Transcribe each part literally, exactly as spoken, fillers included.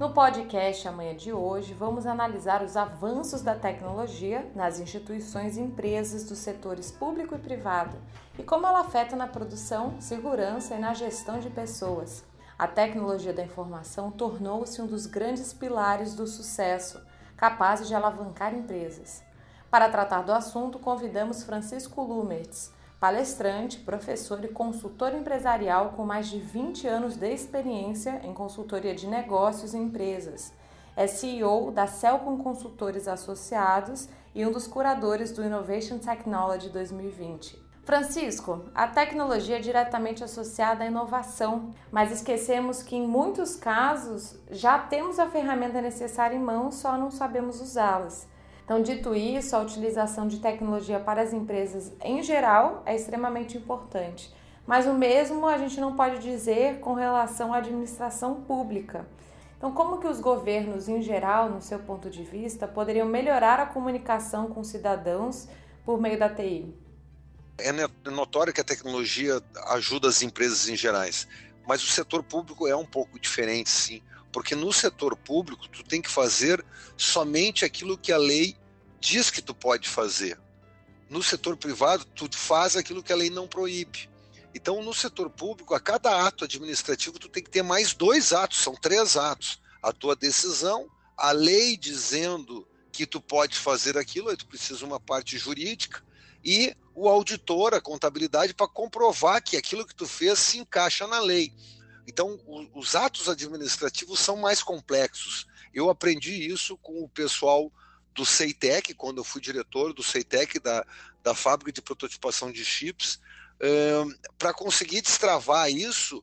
No podcast amanhã de hoje, vamos analisar os avanços da tecnologia nas instituições e empresas dos setores público e privado e como ela afeta na produção, segurança e na gestão de pessoas. A tecnologia da informação tornou-se um dos grandes pilares do sucesso, capazes de alavancar empresas. Para tratar do assunto, convidamos Francisco Lumertz, palestrante, professor e consultor empresarial com mais de vinte anos de experiência em consultoria de negócios e empresas. É C E O da Celcom Consultores Associados e um dos curadores do Innovation Technology dois mil e vinte. Francisco, a tecnologia é diretamente associada à inovação, mas esquecemos que em muitos casos já temos a ferramenta necessária em mãos, só não sabemos usá-las. Então, dito isso, a utilização de tecnologia para as empresas em geral é extremamente importante, mas o mesmo a gente não pode dizer com relação à administração pública. Então, como que os governos em geral, no seu ponto de vista, poderiam melhorar a comunicação com os cidadãos por meio da T I? É notório que a tecnologia ajuda as empresas em gerais, mas o setor público é um pouco diferente, sim, porque no setor público tu tem que fazer somente aquilo que a lei diz que tu pode fazer. No setor privado, tu faz aquilo que a lei não proíbe. Então, no setor público, a cada ato administrativo, tu tem que ter mais dois atos, são três atos. A tua decisão, a lei dizendo que tu pode fazer aquilo, aí tu precisa de uma parte jurídica, e o auditor, a contabilidade, para comprovar que aquilo que tu fez se encaixa na lei. Então, o, os atos administrativos são mais complexos. Eu aprendi isso com o pessoal do CEITEC, quando eu fui diretor do CEITEC, da, da fábrica de prototipação de chips, um, para conseguir destravar isso,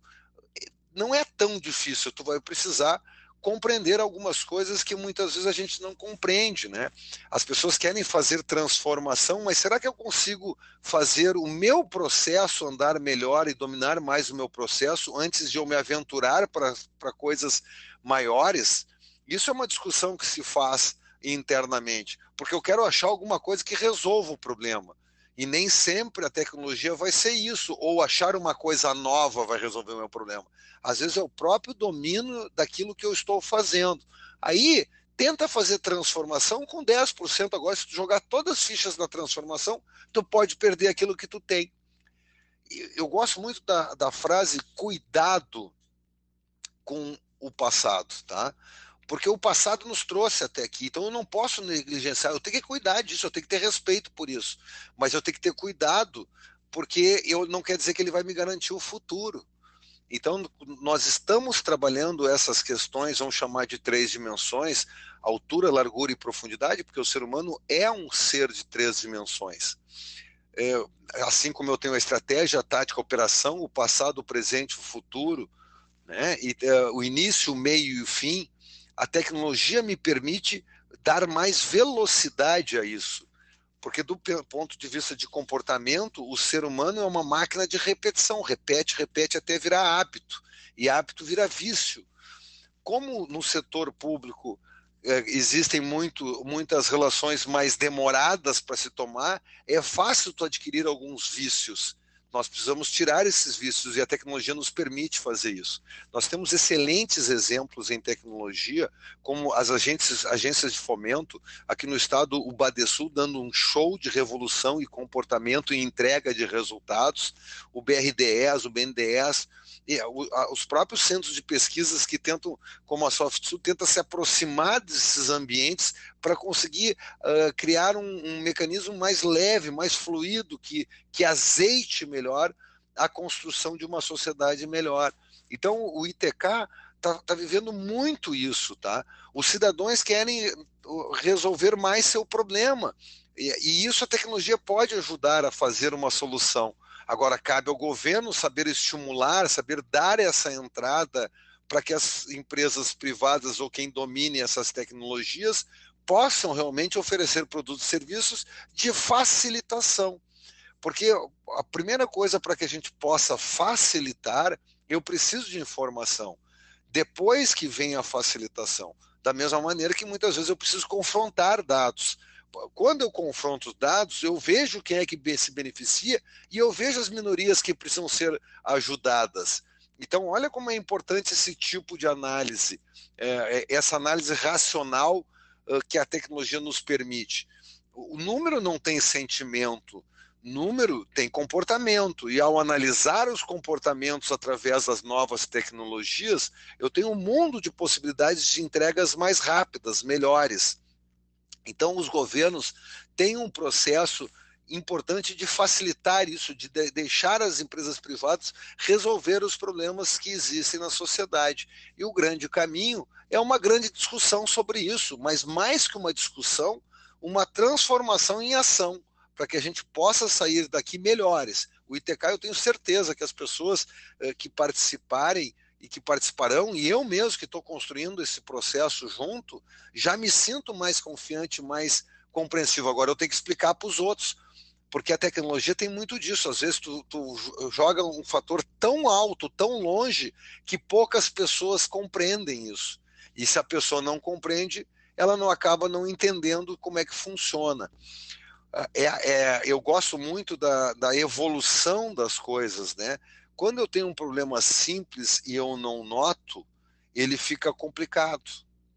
não é tão difícil, tu vai precisar compreender algumas coisas que muitas vezes a gente não compreende, né? As pessoas querem fazer transformação, mas será que eu consigo fazer o meu processo andar melhor e dominar mais o meu processo antes de eu me aventurar para coisas maiores? Isso é uma discussão que se faz internamente, porque eu quero achar alguma coisa que resolva o problema. E nem sempre a tecnologia vai ser isso, ou achar uma coisa nova vai resolver o meu problema. Às vezes é o próprio domínio daquilo que eu estou fazendo. Aí, tenta fazer transformação com dez por cento agora. Se tu jogar todas as fichas na transformação, tu pode perder aquilo que tu tem. Eu gosto muito da, da frase cuidado com o passado, tá? Porque o passado nos trouxe até aqui, então eu não posso negligenciar, eu tenho que cuidar disso, eu tenho que ter respeito por isso, mas eu tenho que ter cuidado, porque eu não quer dizer que ele vai me garantir o futuro. Então, nós estamos trabalhando essas questões, vamos chamar de três dimensões, altura, largura e profundidade, porque o ser humano é um ser de três dimensões. É, assim como eu tenho a estratégia, a tática, a operação, o passado, o presente, o futuro, né? E, é, o início, o meio e o fim, a tecnologia me permite dar mais velocidade a isso, porque do ponto de vista de comportamento, o ser humano é uma máquina de repetição, repete, repete até virar hábito, e hábito vira vício. Como no setor público é, existem muito, muitas relações mais demoradas para se tomar, é fácil tu adquirir alguns vícios. Nós precisamos tirar esses vícios e a tecnologia nos permite fazer isso. Nós temos excelentes exemplos em tecnologia, como as agências, agências de fomento, aqui no estado o Badesul dando um show de revolução e comportamento e entrega de resultados, o B R D S, o B N D E S, e os próprios centros de pesquisas que tentam, como a SoftSul, tenta se aproximar desses ambientes para conseguir uh, criar um, um mecanismo mais leve, mais fluido, que, que azeite melhor a construção de uma sociedade melhor. Então, o I T K está tá vivendo muito isso, tá? Os cidadãos querem resolver mais seu problema, e, e isso a tecnologia pode ajudar a fazer uma solução. Agora, cabe ao governo saber estimular, saber dar essa entrada para que as empresas privadas ou quem domine essas tecnologias possam realmente oferecer produtos e serviços de facilitação. Porque a primeira coisa para que a gente possa facilitar, eu preciso de informação. Depois que vem a facilitação. Da mesma maneira que muitas vezes eu preciso confrontar dados. Quando eu confronto os dados, eu vejo quem é que se beneficia e eu vejo as minorias que precisam ser ajudadas. Então, olha como é importante esse tipo de análise, é, essa análise racional uh, que a tecnologia nos permite. O número não tem sentimento, número tem comportamento, e ao analisar os comportamentos através das novas tecnologias, eu tenho um mundo de possibilidades de entregas mais rápidas, melhores. Então, os governos têm um processo importante de facilitar isso, de deixar as empresas privadas resolver os problemas que existem na sociedade. E o grande caminho é uma grande discussão sobre isso, mas mais que uma discussão, uma transformação em ação, para que a gente possa sair daqui melhores. O I T K, eu tenho certeza que as pessoas eh, que participarem e que participarão, e eu mesmo que estou construindo esse processo junto, já me sinto mais confiante, mais compreensivo. Agora eu tenho que explicar para os outros, porque a tecnologia tem muito disso. Às vezes tu, tu joga um fator tão alto, tão longe, que poucas pessoas compreendem isso. E se a pessoa não compreende, ela não acaba não entendendo como é que funciona. É, é, eu gosto muito da, da evolução das coisas, né? Quando eu tenho um problema simples e eu não noto, ele fica complicado.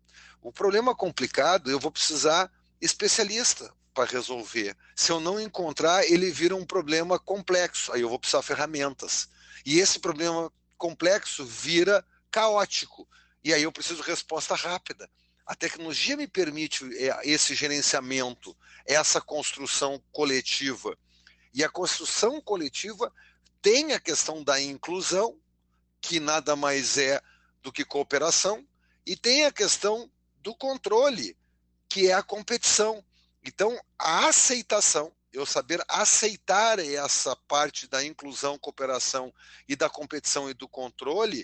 O problema complicado, eu vou precisar especialista para resolver. Se eu não encontrar, ele vira um problema complexo. Aí eu vou precisar de ferramentas. E esse problema complexo vira caótico. E aí eu preciso de resposta rápida. A tecnologia me permite esse gerenciamento, essa construção coletiva. E a construção coletiva tem a questão da inclusão, que nada mais é do que cooperação, e tem a questão do controle, que é a competição. Então, a aceitação, eu saber aceitar essa parte da inclusão, cooperação e da competição e do controle,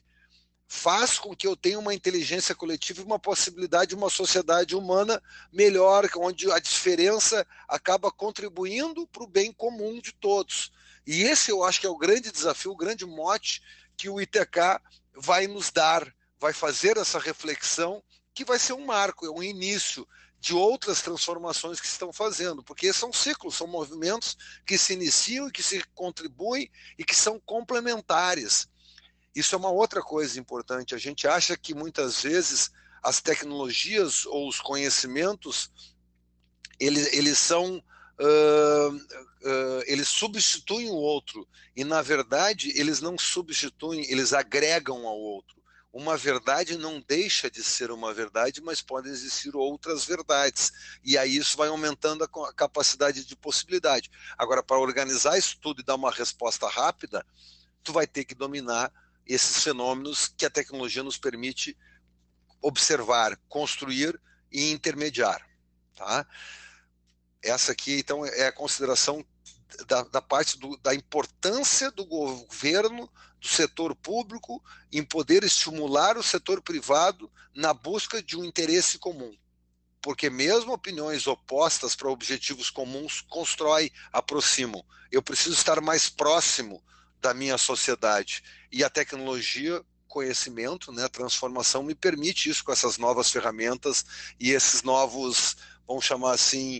faz com que eu tenha uma inteligência coletiva e uma possibilidade de uma sociedade humana melhor, onde a diferença acaba contribuindo para o bem comum de todos. E esse eu acho que é o grande desafio, o grande mote que o I T K vai nos dar, vai fazer essa reflexão, que vai ser um marco, é um início de outras transformações que se estão fazendo, porque são ciclos, são movimentos que se iniciam e que se contribuem e que são complementares. Isso é uma outra coisa importante. A gente acha que muitas vezes as tecnologias ou os conhecimentos, eles, eles são, uh, uh, eles substituem o outro, e na verdade eles não substituem, eles agregam ao outro. Uma verdade não deixa de ser uma verdade, mas podem existir outras verdades. E aí isso vai aumentando a capacidade de possibilidade. Agora, para organizar isso tudo e dar uma resposta rápida, tu vai ter que dominar esses fenômenos que a tecnologia nos permite observar, construir e intermediar. Tá? Essa aqui, então, é a consideração da, da parte do, da importância do governo, do setor público, em poder estimular o setor privado na busca de um interesse comum. Porque mesmo opiniões opostas para objetivos comuns constroem, aproximam. Eu preciso estar mais próximo da minha sociedade. E a tecnologia, conhecimento, né, transformação, me permite isso com essas novas ferramentas e esses novos, vamos chamar assim,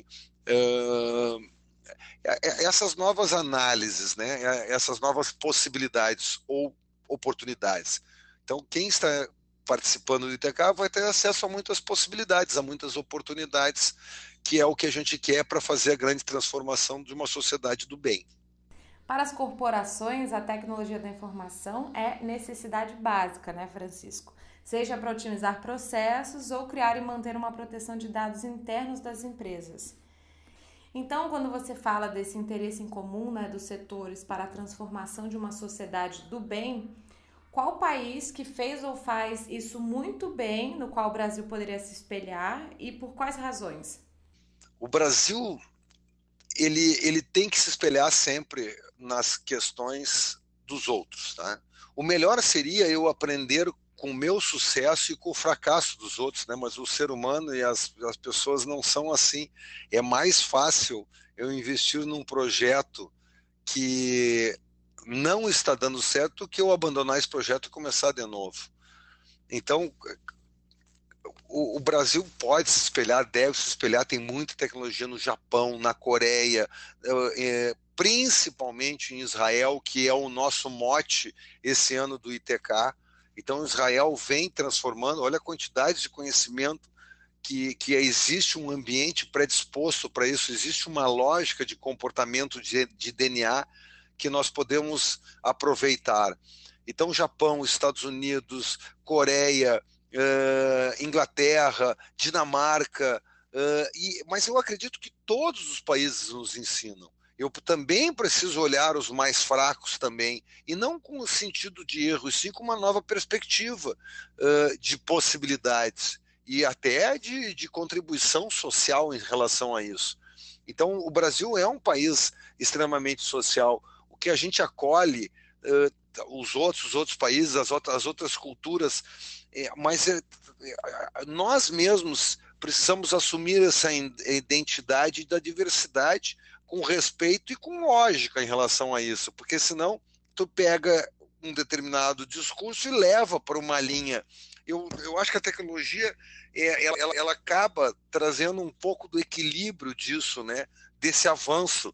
uh, essas novas análises, né, essas novas possibilidades ou oportunidades. Então, quem está participando do I T K vai ter acesso a muitas possibilidades, a muitas oportunidades, que é o que a gente quer para fazer a grande transformação de uma sociedade do bem. Para as corporações, a tecnologia da informação é necessidade básica, né, Francisco? Seja para otimizar processos ou criar e manter uma proteção de dados internos das empresas. Então, quando você fala desse interesse em comum, né, dos setores para a transformação de uma sociedade do bem, qual país que fez ou faz isso muito bem, no qual o Brasil poderia se espelhar e por quais razões? O Brasil, ele, ele tem que se espelhar sempre nas questões dos outros. Tá? O melhor seria eu aprender com o meu sucesso e com o fracasso dos outros, né? Mas o ser humano e as, as pessoas não são assim. É mais fácil eu investir num projeto que não está dando certo do que eu abandonar esse projeto e começar de novo. Então, o, o Brasil pode se espelhar, deve se espelhar, tem muita tecnologia no Japão, na Coreia, é, principalmente em Israel, que é o nosso mote esse ano do I T K. Então, Israel vem transformando, olha a quantidade de conhecimento que, que existe um ambiente predisposto para isso, existe uma lógica de comportamento de, de D N A que nós podemos aproveitar. Então, Japão, Estados Unidos, Coreia, uh, Inglaterra, Dinamarca, uh, e, mas eu acredito que todos os países nos ensinam. Eu também preciso olhar os mais fracos também, e não com o sentido de erro, e sim com uma nova perspectiva uh, de possibilidades e até de, de contribuição social em relação a isso. Então, o Brasil é um país extremamente social. O que a gente acolhe, uh, os outros, os outros países, as outras, as outras culturas, é, mas é, é, nós mesmos precisamos assumir essa identidade da diversidade com respeito e com lógica em relação a isso, porque senão tu pega um determinado discurso e leva para uma linha. Eu, eu acho que a tecnologia é, ela, ela, ela acaba trazendo um pouco do equilíbrio disso, né, desse avanço.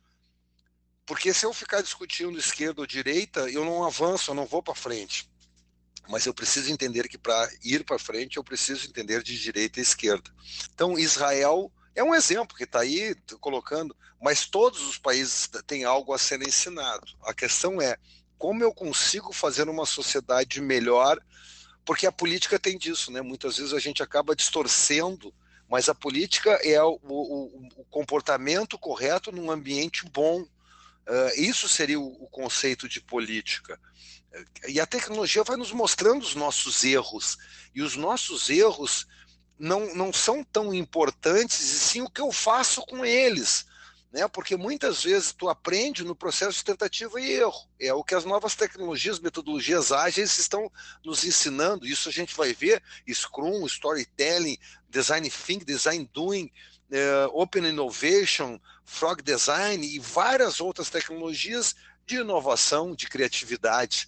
Porque se eu ficar discutindo esquerda ou direita, eu não avanço, eu não vou para frente. Mas eu preciso entender que para ir para frente, eu preciso entender de direita e esquerda. Então, Israel é um exemplo que está aí colocando, mas todos os países têm algo a ser ensinado. A questão é como eu consigo fazer uma sociedade melhor, porque a política tem disso, né? Muitas vezes a gente acaba distorcendo, mas a política é o, o, o comportamento correto num ambiente bom. Uh, isso seria o, o conceito de política. E a tecnologia vai nos mostrando os nossos erros. E os nossos erros não, não são tão importantes, e sim o que eu faço com eles. Né? Porque muitas vezes tu aprende no processo de tentativa e erro. É o que as novas tecnologias, metodologias ágeis estão nos ensinando. Isso a gente vai ver, Scrum, Storytelling, Design Thinking, Design Doing, uh, Open Innovation, Frog Design e várias outras tecnologias de inovação, de criatividade.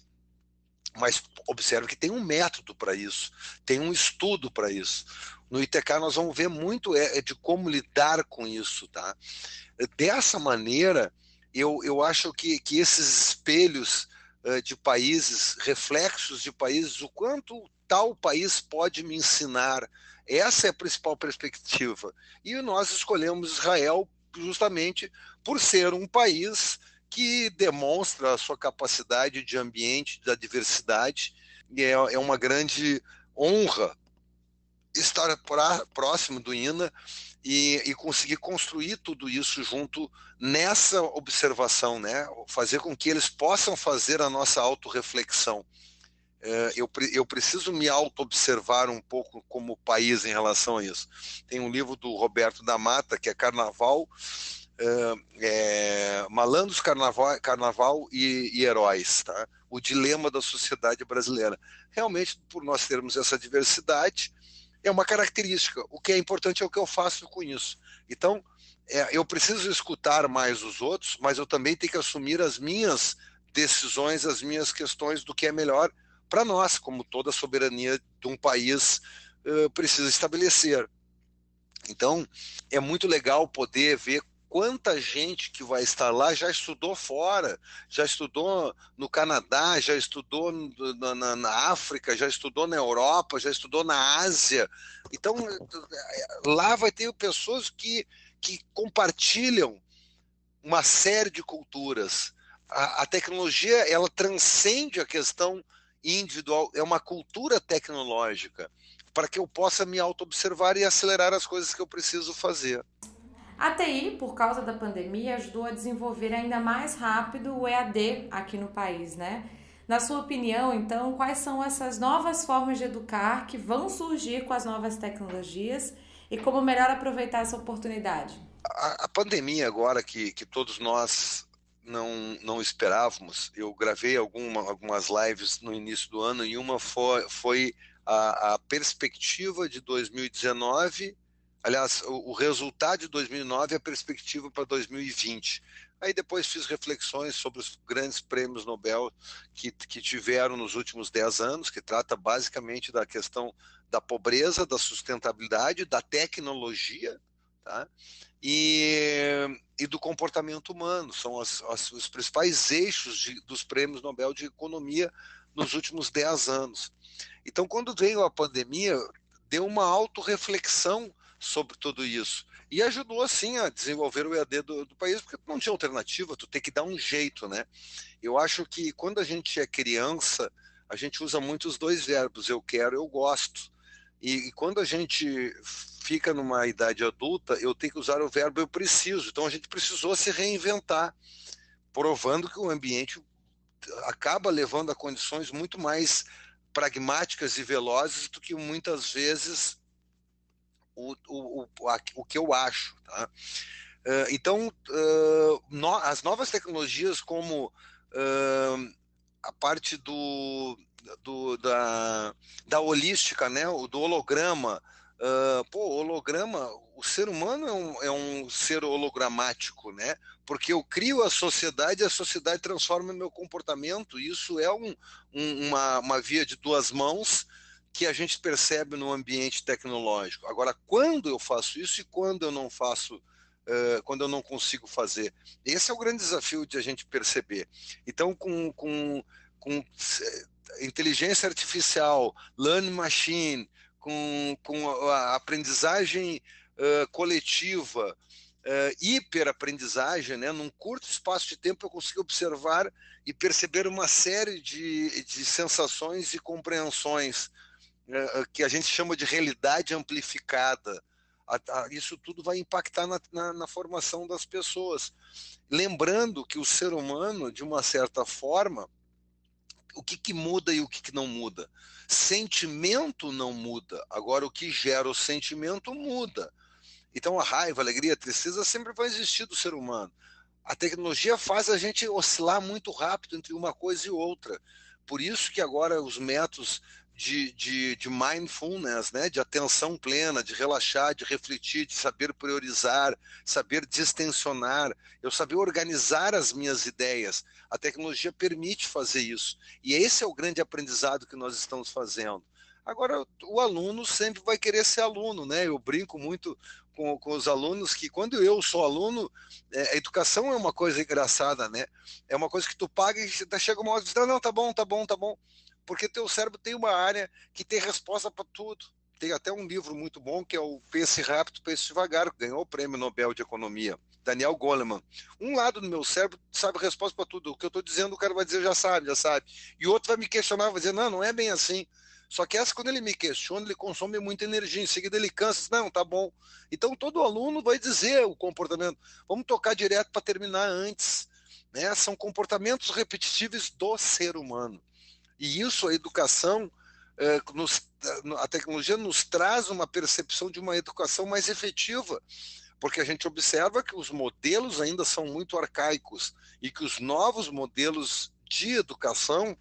Mas observe que tem um método para isso, tem um estudo para isso. No I T K nós vamos ver muito é, de como lidar com isso. Tá? Dessa maneira, eu, eu acho que, que esses espelhos uh, de países, reflexos de países, o quanto tal país pode me ensinar, essa é a principal perspectiva. E nós escolhemos Israel justamente por ser um país que demonstra a sua capacidade de ambiente, da diversidade, e é, é uma grande honra estar pra, próximo do I N A e, e conseguir construir tudo isso junto nessa observação, né? Fazer com que eles possam fazer a nossa autorreflexão. É, eu, eu preciso me auto-observar um pouco como país em relação a isso. Tem um livro do Roberto da Mata, que é Carnaval, Uh, é, Malandros, Carnaval, Carnaval e, e Heróis, tá? O dilema da sociedade brasileira. Realmente, por nós termos essa diversidade, é uma característica. O que é importante é o que eu faço com isso. Então, é, eu preciso escutar mais os outros, mas eu também tenho que assumir as minhas decisões, as minhas questões do que é melhor para nós, como toda a soberania de um país uh, precisa estabelecer. Então, é muito legal poder ver quanta gente que vai estar lá já estudou fora, já estudou no Canadá, já estudou na, na, na África, já estudou na Europa, já estudou na Ásia. Então, lá vai ter pessoas que, que compartilham uma série de culturas. A, a tecnologia, ela transcende a questão individual, é uma cultura tecnológica, para que eu possa me auto-observar e acelerar as coisas que eu preciso fazer. A T I, por causa da pandemia, ajudou a desenvolver ainda mais rápido o E A D aqui no país, né? Na sua opinião, então, quais são essas novas formas de educar que vão surgir com as novas tecnologias e como melhor aproveitar essa oportunidade? A, a pandemia agora que, que todos nós não, não esperávamos, eu gravei alguma, algumas lives no início do ano e uma foi, foi a, a perspectiva de dois mil e dezenove. Aliás, o, o resultado de dois mil e nove é a perspectiva para dois mil e vinte. Aí depois fiz reflexões sobre os grandes prêmios Nobel que, que tiveram nos últimos dez anos, que trata basicamente da questão da pobreza, da sustentabilidade, da tecnologia, tá? E, e do comportamento humano, são as, as, os principais eixos de, dos prêmios Nobel de Economia nos últimos dez anos. Então, quando veio a pandemia, deu uma autorreflexão sobre tudo isso. E ajudou, assim, a desenvolver o E A D do, do país, porque não tinha alternativa, tu tem que dar um jeito, né? Eu acho que quando a gente é criança, a gente usa muito os dois verbos, eu quero, eu gosto. E, e quando a gente fica numa idade adulta, eu tenho que usar o verbo eu preciso. Então a gente precisou se reinventar, provando que o ambiente acaba levando a condições muito mais pragmáticas e velozes do que muitas vezes o, o, o, a, o que eu acho. Tá? Uh, então, uh, no, as novas tecnologias como uh, a parte do, do, da, da holística, né, do holograma, uh, pô, holograma, o ser humano é um, é um ser hologramático, né? Porque eu crio a sociedade e a sociedade transforma o meu comportamento. Isso é um, um, uma, uma via de duas mãos que a gente percebe no ambiente tecnológico. Agora, quando eu faço isso e quando eu não faço, uh, quando eu não consigo fazer? Esse é o grande desafio de a gente perceber. Então, com, com, com inteligência artificial, learning machine, com, com a aprendizagem uh, coletiva, uh, hiperaprendizagem, né? Num curto espaço de tempo eu consigo observar e perceber uma série de, de sensações e compreensões uh, que a gente chama de realidade amplificada. A, a, isso tudo vai impactar na, na, na formação das pessoas. Lembrando que o ser humano, de uma certa forma, o que, que muda e o que, que não muda? Sentimento não muda. Agora, o que gera o sentimento muda. Então, a raiva, a alegria, a tristeza sempre vai existir do ser humano. A tecnologia faz a gente oscilar muito rápido entre uma coisa e outra. Por isso que agora os métodos de, de, de mindfulness, né, de atenção plena, de relaxar, de refletir, de saber priorizar, saber distensionar, eu saber organizar as minhas ideias. A tecnologia permite fazer isso. E esse é o grande aprendizado que nós estamos fazendo. Agora, o aluno sempre vai querer ser aluno, né? Eu brinco muito com, com os alunos que quando eu sou aluno, é, a educação é uma coisa engraçada, né? É uma coisa que tu paga e chega uma hora e diz, não, não, tá bom, tá bom, tá bom. Porque teu cérebro tem uma área que tem resposta para tudo. Tem até um livro muito bom que é o Pense Rápido, Pense Devagar, que ganhou o Prêmio Nobel de Economia, Daniel Goleman. Um lado do meu cérebro sabe a resposta para tudo. O que eu estou dizendo, o cara vai dizer, já sabe, já sabe. E o outro vai me questionar, vai dizer, não, não é bem assim. Só que essa, quando ele me questiona, ele consome muita energia. Em seguida, ele cansa. Não, tá bom. Então, todo aluno vai dizer o comportamento. Vamos tocar direto para terminar antes. Né? São comportamentos repetitivos do ser humano. E isso, a educação, eh, nos, a tecnologia nos traz uma percepção de uma educação mais efetiva. Porque a gente observa que os modelos ainda são muito arcaicos e que os novos modelos de educação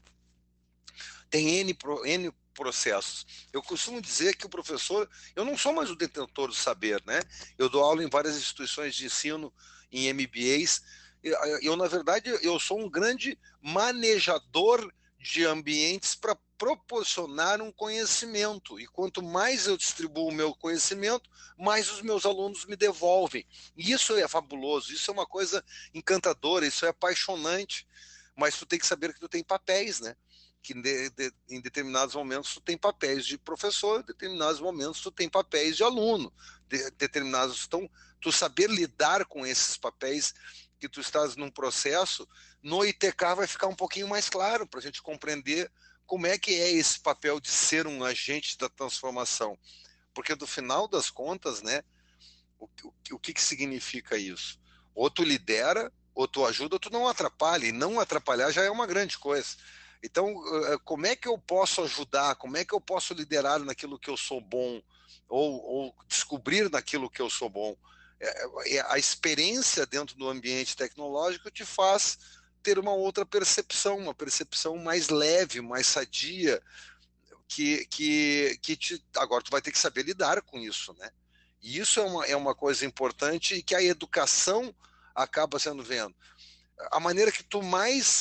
têm N, N processos. Eu costumo dizer que o professor, eu não sou mais o detentor do saber, né? Eu dou aula em várias instituições de ensino, em M B As. Eu, eu na verdade, eu sou um grande manejador de ambientes para proporcionar um conhecimento. E quanto mais eu distribuo o meu conhecimento, mais os meus alunos me devolvem. E isso é fabuloso, isso é uma coisa encantadora, isso é apaixonante. Mas tu tem que saber que tu tem papéis, né? Que de, de, em determinados momentos tu tem papéis de professor, em determinados momentos tu tem papéis de aluno, de, determinados, então tu saber lidar com esses papéis que tu estás num processo, no I T K vai ficar um pouquinho mais claro para a gente compreender como é que é esse papel de ser um agente da transformação, porque do final das contas, né, o, o, o que que significa isso? Ou tu lidera, ou tu ajuda, ou tu não atrapalha, e não atrapalhar já é uma grande coisa. Então, como é que eu posso ajudar? Como é que eu posso liderar naquilo que eu sou bom? Ou, ou descobrir naquilo que eu sou bom? É, é, a experiência dentro do ambiente tecnológico te faz ter uma outra percepção, uma percepção mais leve, mais sadia, que, que, que te, agora tu vai ter que saber lidar com isso, né? E isso é uma, é uma coisa importante e que a educação acaba sendo vendo. A maneira que tu mais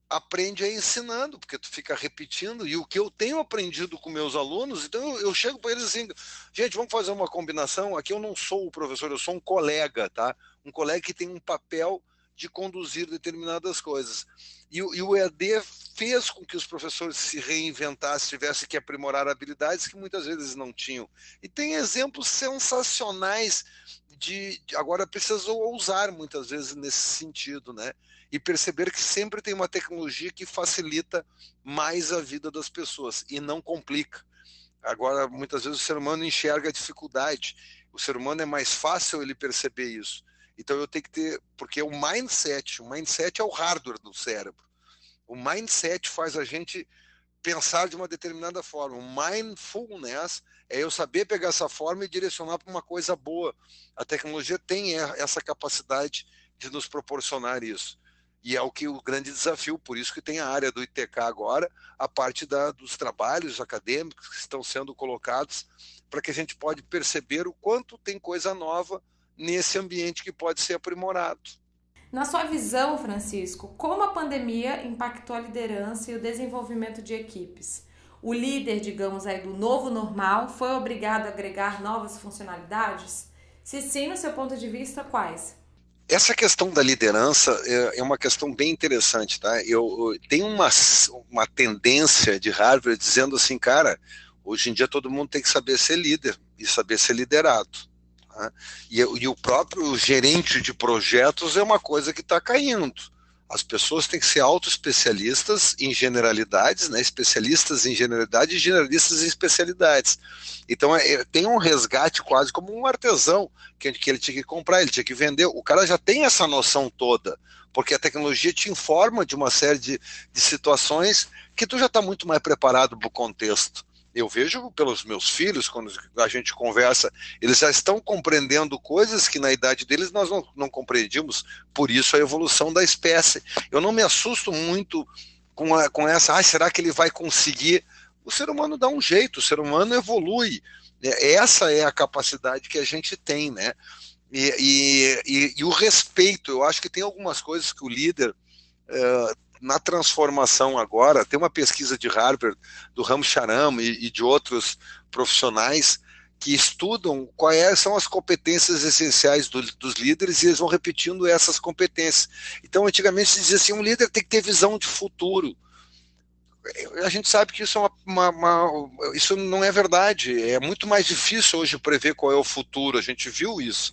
aprende é ensinando, porque tu fica repetindo, e o que eu tenho aprendido com meus alunos, então eu, eu chego para eles assim, gente, vamos fazer uma combinação, aqui eu não sou o professor, eu sou um colega, tá? Um colega que tem um papel de conduzir determinadas coisas. E, e o E A D fez com que os professores se reinventassem, tivessem que aprimorar habilidades que muitas vezes não tinham. E tem exemplos sensacionais de, de agora precisou ousar muitas vezes nesse sentido, né? E perceber que sempre tem uma tecnologia que facilita mais a vida das pessoas e não complica. Agora, muitas vezes o ser humano enxerga a dificuldade. O ser humano é mais fácil ele perceber isso. Então eu tenho que ter, porque o mindset, o mindset é o hardware do cérebro. O mindset faz a gente pensar de uma determinada forma. O mindfulness é eu saber pegar essa forma e direcionar para uma coisa boa. A tecnologia tem essa capacidade de nos proporcionar isso. E é o que o grande desafio, por isso que tem a área do I T K agora, a parte da, dos trabalhos acadêmicos que estão sendo colocados, para que a gente pode perceber o quanto tem coisa nova nesse ambiente que pode ser aprimorado. Na sua visão, Francisco, como a pandemia impactou a liderança e o desenvolvimento de equipes? O líder, digamos aí, do novo normal foi obrigado a agregar novas funcionalidades? Se sim, no seu ponto de vista, quais? Essa questão da liderança é uma questão bem interessante, tá? Eu, eu tenho uma, uma tendência de Harvard dizendo assim, cara, hoje em dia todo mundo tem que saber ser líder e saber ser liderado. Tá? E, e o próprio gerente de projetos é uma coisa que está caindo. As pessoas têm que ser autoespecialistas em generalidades, né? Especialistas em generalidade e generalistas em especialidades. Então é, tem um resgate quase como um artesão, que, que ele tinha que comprar, ele tinha que vender. O cara já tem essa noção toda, porque a tecnologia te informa de uma série de, de situações que tu já está muito mais preparado para o contexto. Eu vejo pelos meus filhos, quando a gente conversa, eles já estão compreendendo coisas que na idade deles nós não, não compreendíamos, por isso a evolução da espécie. Eu não me assusto muito com, a, com essa, ah, será que ele vai conseguir? O ser humano dá um jeito, o ser humano evolui. Essa é a capacidade que a gente tem, né? E, e, e, e o respeito, eu acho que tem algumas coisas que o líder... Uh, na transformação agora, tem uma pesquisa de Harvard, do Ram Charan e, e de outros profissionais que estudam quais são as competências essenciais do, dos líderes e eles vão repetindo essas competências. Então, antigamente se dizia assim, um líder tem que ter visão de futuro. A gente sabe que isso, é uma, uma, uma, isso não é verdade, é muito mais difícil hoje prever qual é o futuro, a gente viu isso.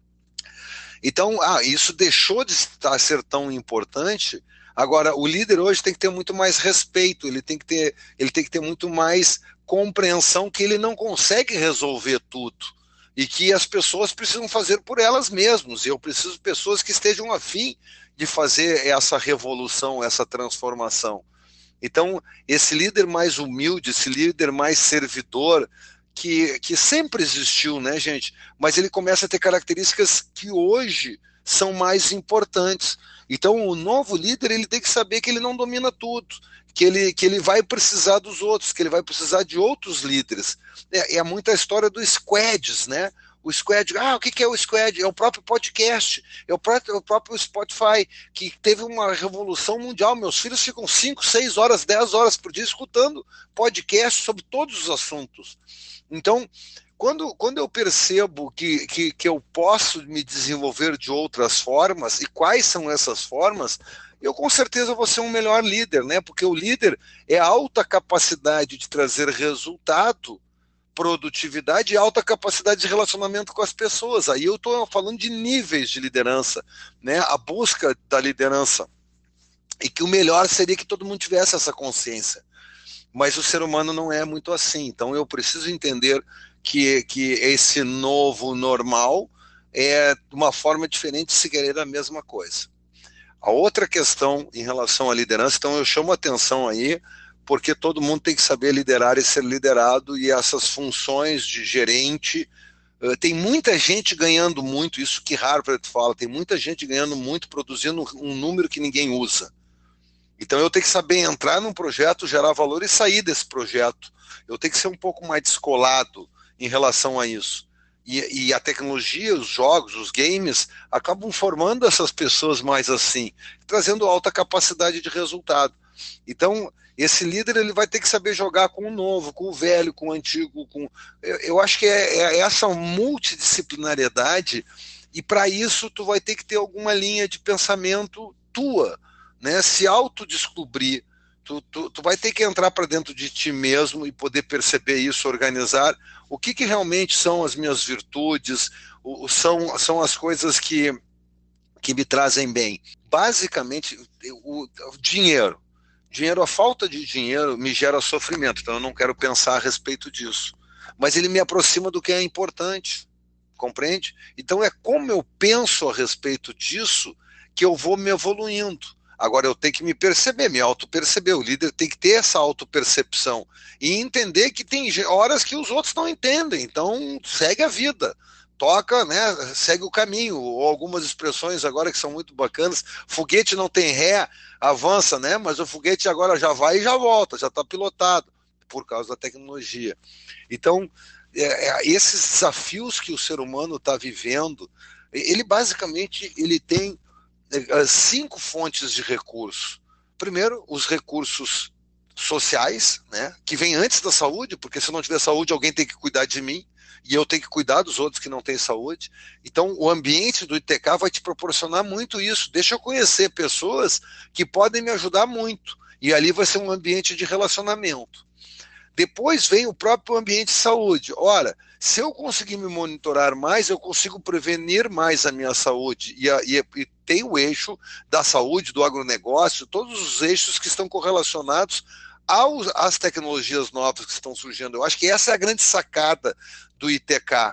Então, ah, isso deixou de estar, ser tão importante. Agora, o líder hoje tem que ter muito mais respeito, ele tem que ter, ele tem que ter muito mais compreensão que ele não consegue resolver tudo e que as pessoas precisam fazer por elas mesmas. Eu preciso de pessoas que estejam afim de fazer essa revolução, essa transformação. Então, esse líder mais humilde, esse líder mais servidor, que, que sempre existiu, né, gente? Mas ele começa a ter características que hoje são mais importantes. Então, o novo líder, ele tem que saber que ele não domina tudo, que ele, que ele vai precisar dos outros, que ele vai precisar de outros líderes. É, é muita história dos squads, né? O squad, ah, o que é o squad? É o próprio podcast, é o próprio, é o próprio Spotify, que teve uma revolução mundial. Meus filhos ficam cinco, seis horas, dez horas por dia escutando podcast sobre todos os assuntos. Então, Quando, quando eu percebo que, que, que eu posso me desenvolver de outras formas, e quais são essas formas, eu com certeza vou ser um melhor líder, né? Porque o líder é a alta capacidade de trazer resultado, produtividade e alta capacidade de relacionamento com as pessoas. Aí eu estou falando de níveis de liderança, né? A busca da liderança. E que o melhor seria que todo mundo tivesse essa consciência. Mas o ser humano não é muito assim. Então eu preciso entender que, que esse novo normal é uma forma diferente de se querer a mesma coisa. A outra questão em relação à liderança, então eu chamo a atenção aí, porque todo mundo tem que saber liderar e ser liderado, e essas funções de gerente, uh, tem muita gente ganhando muito, isso que Harvard fala, tem muita gente ganhando muito, produzindo um número que ninguém usa. Então eu tenho que saber entrar num projeto, gerar valor e sair desse projeto. Eu tenho que ser um pouco mais descolado em relação a isso. E, e a tecnologia, os jogos, os games, acabam formando essas pessoas mais assim, trazendo alta capacidade de resultado. Então, esse líder ele vai ter que saber jogar com o novo, com o velho, com o antigo. Com... Eu, eu acho que é, é essa multidisciplinariedade, e para isso tu vai ter que ter alguma linha de pensamento tua, né? Se autodescobrir. Tu, tu, tu vai ter que entrar para dentro de ti mesmo e poder perceber isso, organizar o que, que realmente são as minhas virtudes, o, são, são as coisas que, que me trazem bem. Basicamente, o, o dinheiro. Dinheiro, a falta de dinheiro me gera sofrimento, então eu não quero pensar a respeito disso. Mas ele me aproxima do que é importante, compreende? Então é como eu penso a respeito disso que eu vou me evoluindo. Agora eu tenho que me perceber, me auto-perceber. O líder tem que ter essa auto-percepção e entender que tem horas que os outros não entendem. Então segue a vida, toca, né? Segue o caminho. Ou algumas expressões agora que são muito bacanas. Foguete não tem ré, avança, né? Mas o foguete agora já vai e já volta, já está pilotado por causa da tecnologia. Então é, esses desafios que o ser humano está vivendo, ele basicamente ele tem cinco fontes de recurso. Primeiro, os recursos sociais, né, que vêm antes da saúde, porque se eu não tiver saúde, alguém tem que cuidar de mim, e eu tenho que cuidar dos outros que não têm saúde. Então, o ambiente do I T K vai te proporcionar muito isso. Deixa eu conhecer pessoas que podem me ajudar muito, e ali vai ser um ambiente de relacionamento. Depois vem o próprio ambiente de saúde. Ora, se eu conseguir me monitorar mais, eu consigo prevenir mais a minha saúde. E, a, e, e tem o eixo da saúde, do agronegócio, todos os eixos que estão correlacionados aos, às tecnologias novas que estão surgindo. Eu acho que essa é a grande sacada do I T K.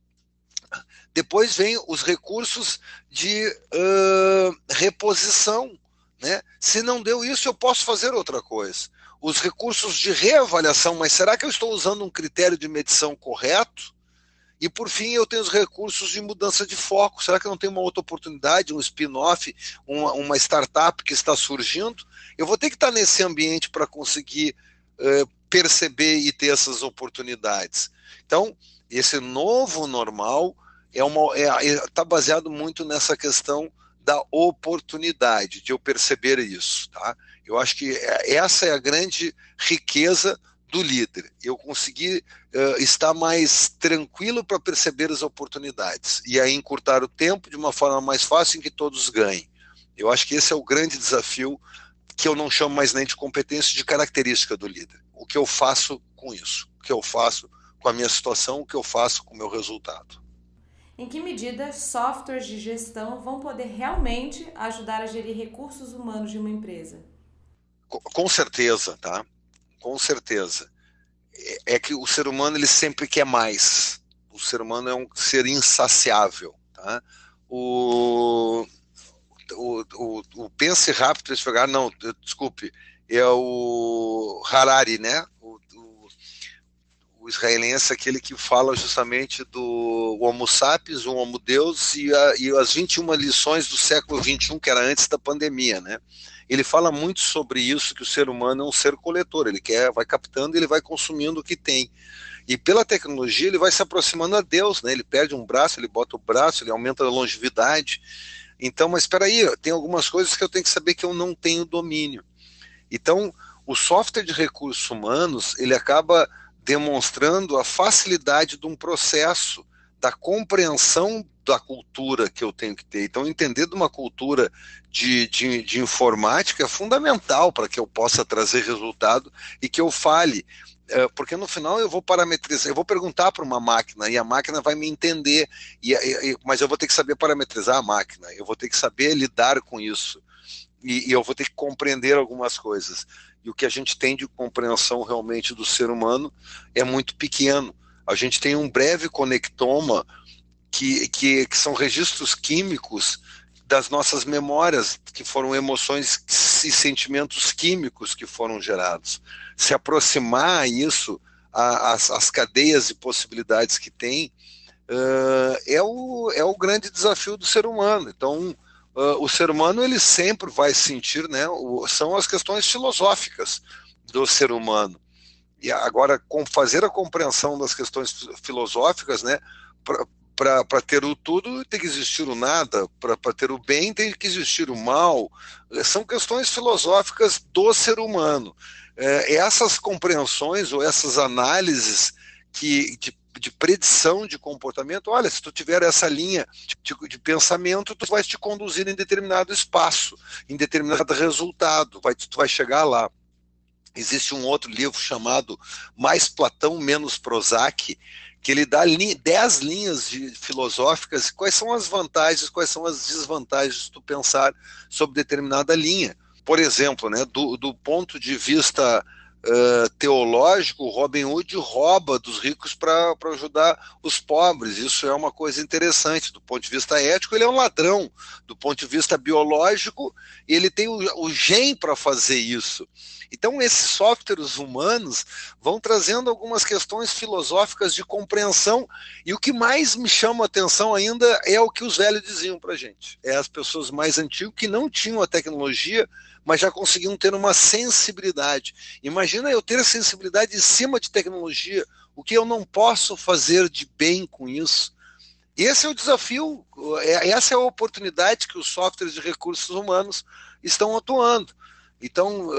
Depois vem os recursos de uh, reposição, né? Se não deu isso, eu posso fazer outra coisa. Os recursos de reavaliação, mas será que eu estou usando um critério de medição correto? E, por fim, eu tenho os recursos de mudança de foco. Será que eu não tenho uma outra oportunidade, um spin-off, uma, uma startup que está surgindo? Eu vou ter que estar nesse ambiente para conseguir uh, perceber e ter essas oportunidades. Então, esse novo normal é uma, é, está baseado muito nessa questão da oportunidade, de eu perceber isso, tá? Eu acho que essa é a grande riqueza do líder. Eu consegui uh, estar mais tranquilo para perceber as oportunidades e aí encurtar o tempo de uma forma mais fácil em que todos ganhem. Eu acho que esse é o grande desafio, que eu não chamo mais nem de competência, de característica do líder. O que eu faço com isso? O que eu faço com a minha situação? O que eu faço com o meu resultado? Em que medida softwares de gestão vão poder realmente ajudar a gerir recursos humanos de uma empresa? Com certeza, tá? Com certeza. É que o ser humano ele sempre quer mais. O ser humano é um ser insaciável, tá? O, o, o, o pense rápido, devagar, não, desculpe, é o Harari, né? O, o, o israelense, aquele que fala justamente do Homo sapiens, o Homo Deus e, a, e as vinte e uma lições do século vinte e um, que era antes da pandemia, né? Ele fala muito sobre isso, que o ser humano é um ser coletor, ele quer, vai captando e ele vai consumindo o que tem. E pela tecnologia ele vai se aproximando a Deus, né? Ele perde um braço, ele bota o braço, ele aumenta a longevidade. Então, mas espera aí, tem algumas coisas que eu tenho que saber que eu não tenho domínio. Então, o software de recursos humanos, ele acaba demonstrando a facilidade de um processo, da compreensão da cultura que eu tenho que ter. Então, entender de uma cultura de, de, de informática é fundamental para que eu possa trazer resultado e que eu fale, porque no final eu vou parametrizar, eu vou perguntar para uma máquina e a máquina vai me entender, e, e, mas eu vou ter que saber parametrizar a máquina, eu vou ter que saber lidar com isso, e, e eu vou ter que compreender algumas coisas. E o que a gente tem de compreensão realmente do ser humano é muito pequeno. A gente tem um breve conectoma que, que, que são registros químicos das nossas memórias, que foram emoções e sentimentos químicos que foram gerados. Se aproximar a isso, as, as cadeias e possibilidades que tem, uh, é, o, é o grande desafio do ser humano. Então, uh, o ser humano ele sempre vai sentir, né, o, são as questões filosóficas do ser humano. E agora, com fazer a compreensão das questões filosóficas, né, para ter o tudo tem que existir o nada, para ter o bem tem que existir o mal. São questões filosóficas do ser humano. É, essas compreensões ou essas análises que, de, de predição de comportamento, olha, se tu tiver essa linha de, de pensamento, tu vai te conduzir em determinado espaço, em determinado resultado, vai, tu vai chegar lá. Existe um outro livro chamado Mais Platão, Menos Prozac, que ele dá dez linhas de, filosóficas, quais são as vantagens, quais são as desvantagens de tu pensar sobre determinada linha. Por exemplo, né, do, do ponto de vista uh, teológico, Robin Hood rouba dos ricos para ajudar os pobres. Isso é uma coisa interessante. Do ponto de vista ético, ele é um ladrão. Do ponto de vista biológico, ele tem o, o gene para fazer isso. Então, esses softwares humanos vão trazendo algumas questões filosóficas de compreensão, e o que mais me chama a atenção ainda é o que os velhos diziam para a gente. É as pessoas mais antigas que não tinham a tecnologia, mas já conseguiam ter uma sensibilidade. Imagina eu ter a sensibilidade em cima de tecnologia, o que eu não posso fazer de bem com isso. Esse é o desafio, essa é a oportunidade que os softwares de recursos humanos estão atuando. Então,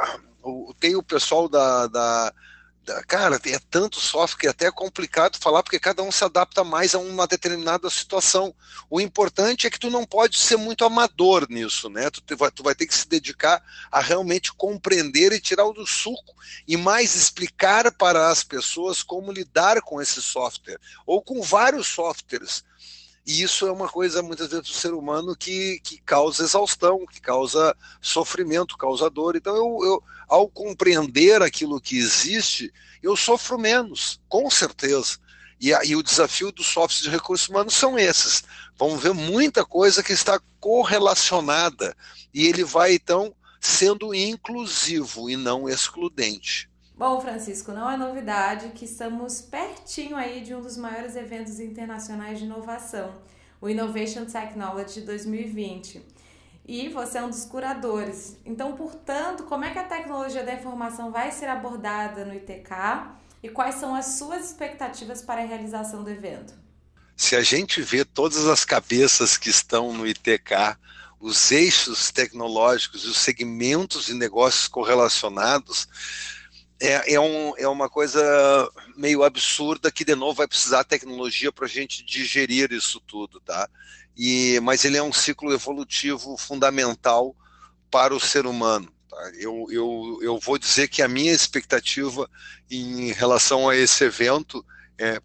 uh, tem o pessoal da, da, da... Cara, é tanto software que é até complicado falar, porque cada um se adapta mais a uma determinada situação. O importante é que tu não pode ser muito amador nisso, né? Tu, te, vai, tu vai ter que se dedicar a realmente compreender e tirar o do suco, e mais explicar para as pessoas como lidar com esse software, ou com vários softwares. E isso é uma coisa, muitas vezes, do ser humano que, que causa exaustão, que causa sofrimento, causa dor. Então, eu, eu, ao compreender aquilo que existe, eu sofro menos, com certeza. E, a, e o desafio dos softwares de recursos humanos são esses. Vamos ver muita coisa que está correlacionada, e ele vai, então, sendo inclusivo e não excludente. Bom, Francisco, não é novidade que estamos pertinho aí de um dos maiores eventos internacionais de inovação, o Innovation Technology dois mil e vinte. E você é um dos curadores. Então, portanto, como é que a tecnologia da informação vai ser abordada no I T K e quais são as suas expectativas para a realização do evento? Se a gente vê todas as cabeças que estão no I T K, os eixos tecnológicos e os segmentos de negócios correlacionados, É, é, um, é uma coisa meio absurda que, de novo, vai precisar tecnologia para a gente digerir isso tudo, tá? E, mas ele é um ciclo evolutivo fundamental para o ser humano. Tá? Eu, eu, eu vou dizer que a minha expectativa em relação a esse evento é,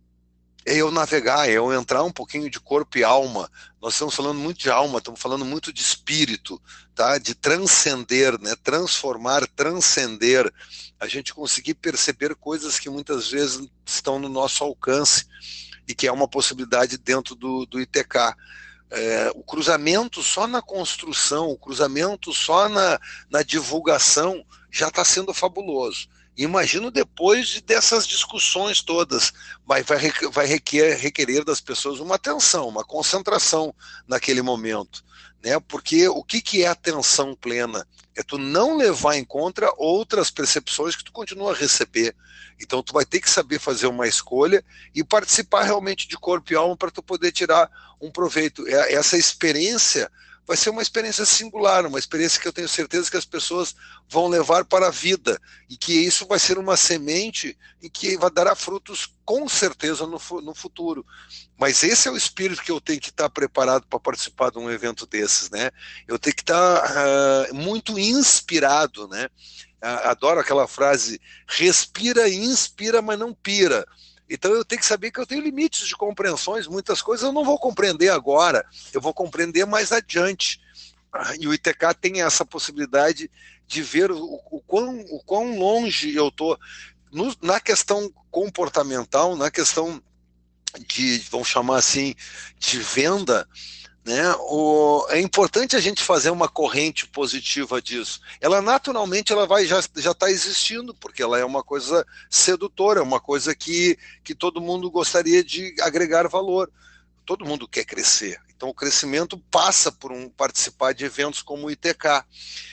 é eu navegar, é eu entrar um pouquinho de corpo e alma. Nós estamos falando muito de alma, estamos falando muito de espírito, tá? De transcender, né? Transformar, transcender. A gente conseguir perceber coisas que muitas vezes estão no nosso alcance e que é uma possibilidade dentro do, do I T K. É, o cruzamento só na construção, o cruzamento só na, na divulgação já está sendo fabuloso. Imagino depois de, dessas discussões todas, vai, vai, vai requerer, requerer das pessoas uma atenção, uma concentração naquele momento. Né? Porque o que, que é atenção plena? É tu não levar em conta outras percepções que tu continua a receber. Então tu vai ter que saber fazer uma escolha e participar realmente de corpo e alma para tu poder tirar um proveito. Essa experiência vai ser uma experiência singular, uma experiência que eu tenho certeza que as pessoas vão levar para a vida, e que isso vai ser uma semente e que vai dar frutos com certeza no, no futuro. Mas esse é o espírito que eu tenho que estar preparado para participar de um evento desses, né? Eu tenho que estar uh, muito inspirado, né? Uh, adoro aquela frase, respira e inspira, mas não pira. Então eu tenho que saber que eu tenho limites de compreensões, muitas coisas eu não vou compreender agora, eu vou compreender mais adiante. E o I T K tem essa possibilidade de ver o, o, quão, o quão longe eu estou na questão comportamental, na questão de, vamos chamar assim, de venda, né? O, é importante a gente fazer uma corrente positiva disso. Ela naturalmente ela vai, já está existindo, porque ela é uma coisa sedutora, é uma coisa que, que todo mundo gostaria de agregar valor. Todo mundo quer crescer. Então o crescimento passa por um, participar de eventos como o I T K.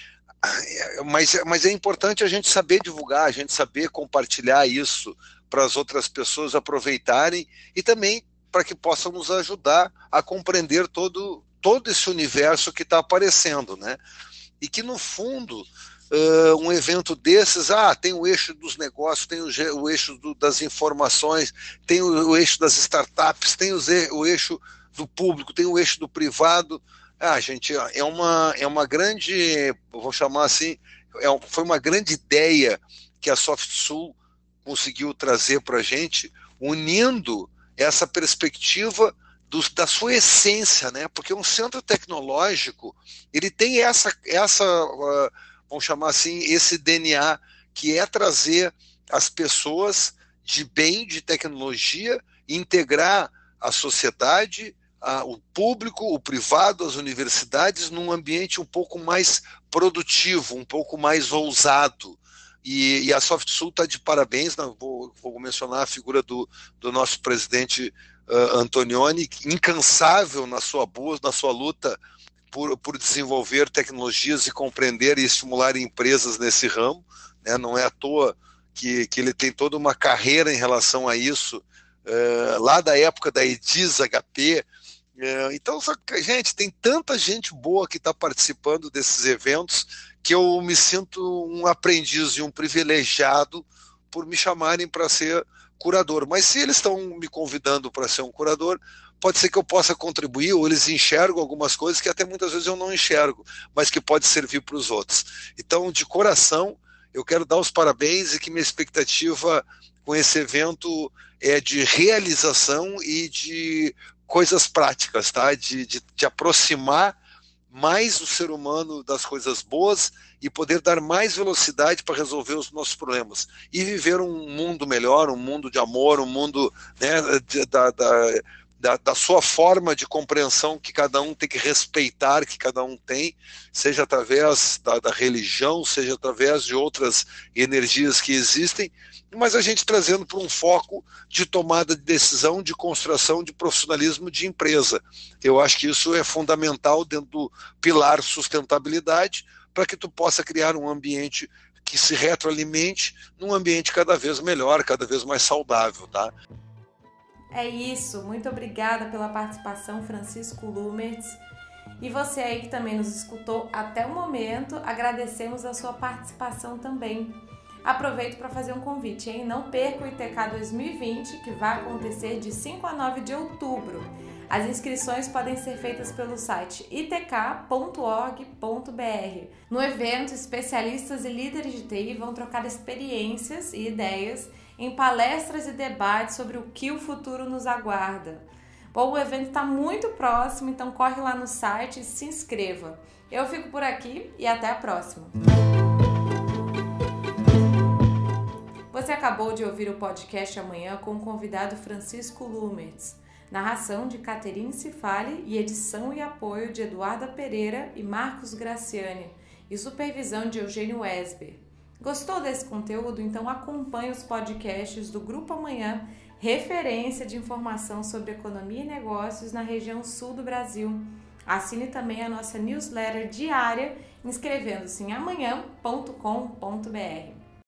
Mas, mas é importante a gente saber divulgar, a gente saber compartilhar isso para as outras pessoas aproveitarem e também para que possam nos ajudar a compreender todo, todo esse universo que está aparecendo, né? E que, no fundo, uh, um evento desses, ah, tem o eixo dos negócios, tem o, o eixo do, das informações, tem o, o eixo das startups, tem o, o eixo do público, tem o eixo do privado. Ah, gente, é uma, é uma grande, vou chamar assim, é um, foi uma grande ideia que a SoftSul conseguiu trazer para a gente, unindo essa perspectiva do, da sua essência, né? Porque um centro tecnológico, ele tem essa, essa uh, vamos chamar assim, esse D N A, que é trazer as pessoas de bem, de tecnologia, integrar a sociedade, a, o público, o privado, as universidades, num ambiente um pouco mais produtivo, um pouco mais ousado. E, e a SoftSul está de parabéns, né? vou, vou mencionar a figura do, do nosso presidente uh, Antonioni, incansável na sua boa, na sua luta por, por desenvolver tecnologias e compreender e estimular empresas nesse ramo, né? Não é à toa que, que ele tem toda uma carreira em relação a isso, uh, lá da época da Edis H P. Uh, então, gente, tem tanta gente boa que está participando desses eventos, que eu me sinto um aprendiz e um privilegiado por me chamarem para ser curador. Mas se eles estão me convidando para ser um curador, pode ser que eu possa contribuir, ou eles enxergam algumas coisas que até muitas vezes eu não enxergo, mas que pode servir para os outros. Então, de coração, eu quero dar os parabéns e que minha expectativa com esse evento é de realização e de coisas práticas, tá? de, de, de aproximar mais o ser humano das coisas boas e poder dar mais velocidade para resolver os nossos problemas e viver um mundo melhor, um mundo de amor, um mundo, né, de, da, da, da, da sua forma de compreensão que cada um tem que respeitar, que cada um tem, seja através da, da religião, seja através de outras energias que existem, mas a gente trazendo para um foco de tomada de decisão, de construção, de profissionalismo de empresa. Eu acho que isso é fundamental dentro do pilar sustentabilidade, para que tu possa criar um ambiente que se retroalimente num ambiente cada vez melhor, cada vez mais saudável, tá? É isso, muito obrigada pela participação, Francisco Lumertz. E você aí que também nos escutou até o momento, agradecemos a sua participação também. Aproveito para fazer um convite, hein? Não perca o I T K dois mil e vinte, que vai acontecer de cinco a nove de outubro. As inscrições podem ser feitas pelo site i t k ponto org ponto b r. No evento, especialistas e líderes de T I vão trocar experiências e ideias em palestras e debates sobre o que o futuro nos aguarda. Bom, o evento está muito próximo, então corre lá no site e se inscreva. Eu fico por aqui e até a próxima. Você acabou de ouvir o podcast Amanhã com o convidado Francisco Lumertz. Narração de Caterine Cifali e edição e apoio de Eduarda Pereira e Marcos Graciani e supervisão de Eugênio Esber. Gostou desse conteúdo? Então acompanhe os podcasts do Grupo Amanhã, referência de informação sobre economia e negócios na região sul do Brasil. Assine também a nossa newsletter diária inscrevendo-se em amanhã ponto com ponto b r.